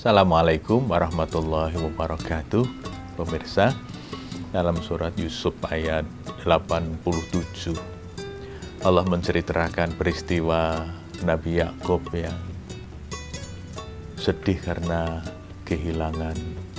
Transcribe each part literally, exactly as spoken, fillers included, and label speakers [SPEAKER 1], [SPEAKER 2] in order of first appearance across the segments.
[SPEAKER 1] Assalamualaikum warahmatullahi wabarakatuh. Pemirsa, dalam surat Yusuf ayat delapan puluh tujuh, Allah menceritakan peristiwa Nabi Yakub yang sedih karena kehilangan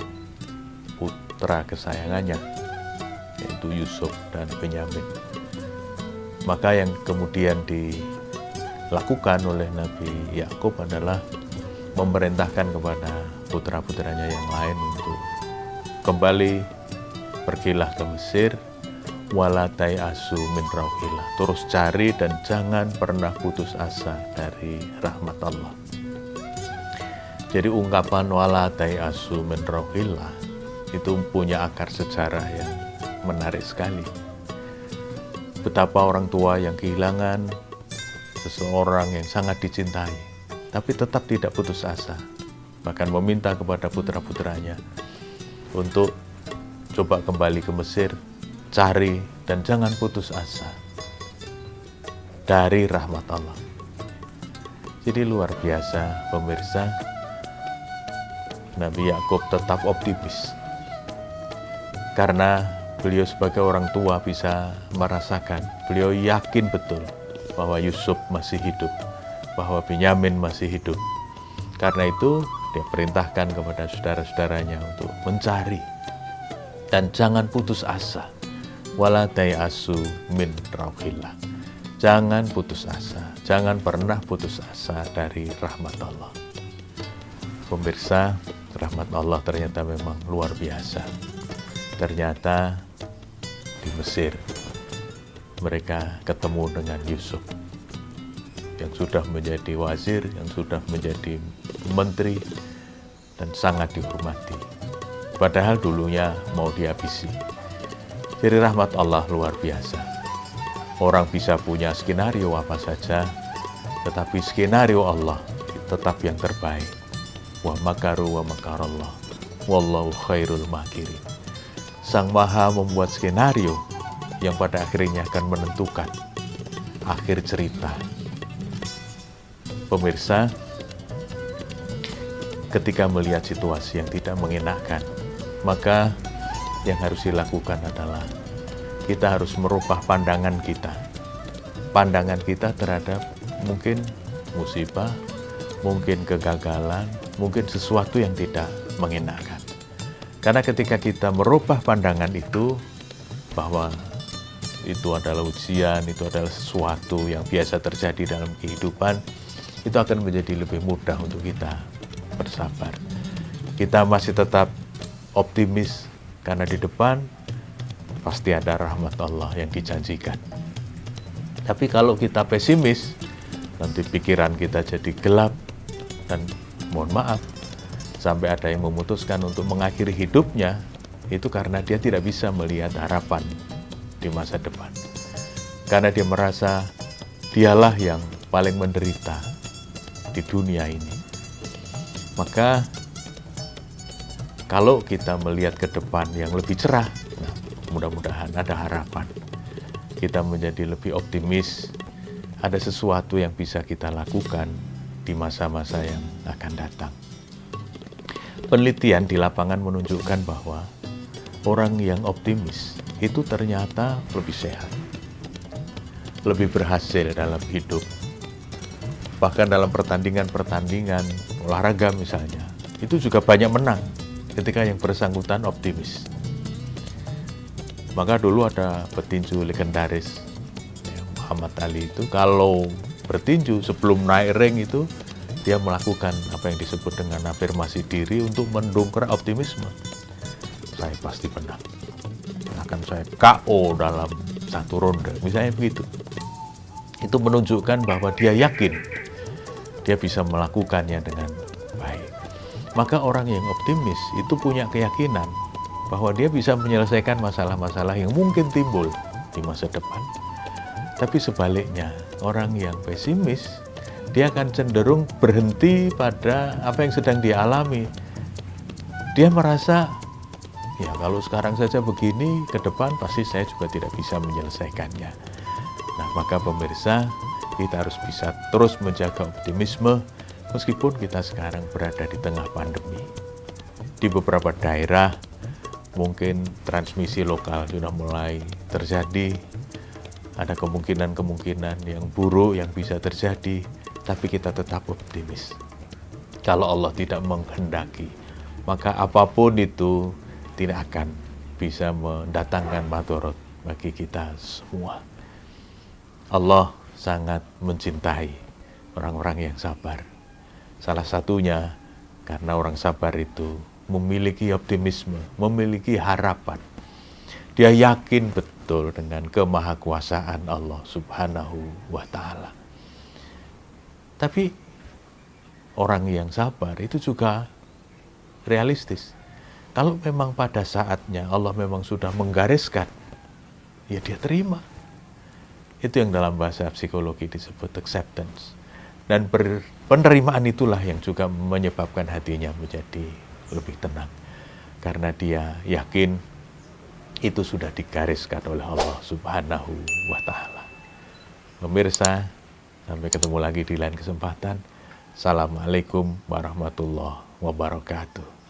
[SPEAKER 1] putra kesayangannya, yaitu Yusuf dan Benyamin. Maka yang kemudian dilakukan oleh Nabi Yakub adalah memerintahkan kepada putra-putranya yang lain untuk kembali, pergilah ke Mesir, walatai asu min rauhillah, terus cari dan jangan pernah putus asa dari rahmat Allah. Jadi ungkapan walatai asu min rauhillah itu punya akar sejarah yang menarik sekali. Betapa orang tua yang kehilangan seseorang yang sangat dicintai, tapi tetap tidak putus asa, bahkan meminta kepada putra-putranya untuk coba kembali ke Mesir, cari dan jangan putus asa dari rahmat Allah. Jadi luar biasa pemirsa, Nabi Yakub tetap optimis karena beliau sebagai orang tua bisa merasakan, beliau yakin betul bahwa Yusuf masih hidup, bahwa Benyamin masih hidup. Karena itu dia perintahkan kepada saudara-saudaranya untuk mencari dan jangan putus asa. Walatai asu min rauhillah, jangan putus asa, jangan pernah putus asa dari rahmat Allah. Pemirsa, rahmat Allah ternyata memang luar biasa. Ternyata di Mesir mereka ketemu dengan Yusuf yang sudah menjadi wazir, yang sudah menjadi menteri, dan sangat dihormati. Padahal dulunya mau dihabisi. Jadi rahmat Allah luar biasa. Orang bisa punya skenario apa saja, tetapi skenario Allah tetap yang terbaik. Wa makaru wa makarallah, wallahu khairul makirin. Sang Maha membuat skenario yang pada akhirnya akan menentukan akhir cerita. Pemirsa, ketika melihat situasi yang tidak mengenakan, maka yang harus dilakukan adalah kita harus merubah pandangan kita. Pandangan kita terhadap mungkin musibah, mungkin kegagalan, mungkin sesuatu yang tidak mengenakan. Karena ketika kita merubah pandangan itu, bahwa itu adalah ujian, itu adalah sesuatu yang biasa terjadi dalam kehidupan, itu akan menjadi lebih mudah untuk kita bersabar. Kita masih tetap optimis karena di depan pasti ada rahmat Allah yang dijanjikan. Tapi kalau kita pesimis, nanti pikiran kita jadi gelap dan mohon maaf, sampai ada yang memutuskan untuk mengakhiri hidupnya, itu karena dia tidak bisa melihat harapan di masa depan. Karena dia merasa dialah yang paling menderita di dunia ini. Maka kalau kita melihat ke depan yang lebih cerah, nah, mudah-mudahan ada harapan. Kita menjadi lebih optimis, ada sesuatu yang bisa kita lakukan di masa-masa yang akan datang. Penelitian di lapangan menunjukkan bahwa orang yang optimis itu ternyata lebih sehat, lebih berhasil dalam hidup. Bahkan dalam pertandingan-pertandingan olahraga misalnya, itu juga banyak menang ketika yang bersangkutan optimis. Maka dulu ada petinju legendaris, ya, Muhammad Ali itu, kalau bertinju sebelum naik ring itu, dia melakukan apa yang disebut dengan afirmasi diri untuk mendongkrak optimisme. Saya pasti menang, akan saya K O dalam satu ronde, misalnya begitu. Itu menunjukkan bahwa dia yakin dia bisa melakukannya dengan baik. Maka orang yang optimis itu punya keyakinan bahwa dia bisa menyelesaikan masalah-masalah yang mungkin timbul di masa depan. Tapi sebaliknya, orang yang pesimis, dia akan cenderung berhenti pada apa yang sedang dia alami. Dia merasa, ya kalau sekarang saja begini, ke depan pasti saya juga tidak bisa menyelesaikannya. Nah, maka pemirsa, kita harus bisa terus menjaga optimisme, Meskipun kita sekarang berada di tengah pandemi, di beberapa daerah mungkin transmisi lokal sudah mulai terjadi, ada kemungkinan-kemungkinan yang buruk yang bisa terjadi, tapi kita tetap optimis. Kalau Allah tidak menghendaki, maka apapun itu tidak akan bisa mendatangkan madorot bagi kita semua. Allah sangat mencintai orang-orang yang sabar. Salah satunya karena orang sabar itu memiliki optimisme, memiliki harapan. Dia yakin betul dengan kemahakuasaan Allah Subhanahu wa Ta'ala. Tapi orang yang sabar itu juga realistis. Kalau memang pada saatnya Allah memang sudah menggariskan, ya dia terima. Itu yang dalam bahasa psikologi disebut acceptance. Dan penerimaan itulah yang juga menyebabkan hatinya menjadi lebih tenang. Karena dia yakin itu sudah digariskan oleh Allah Subhanahu wa Ta'ala. Pemirsa, sampai ketemu lagi di lain kesempatan. Assalamualaikum warahmatullahi wabarakatuh.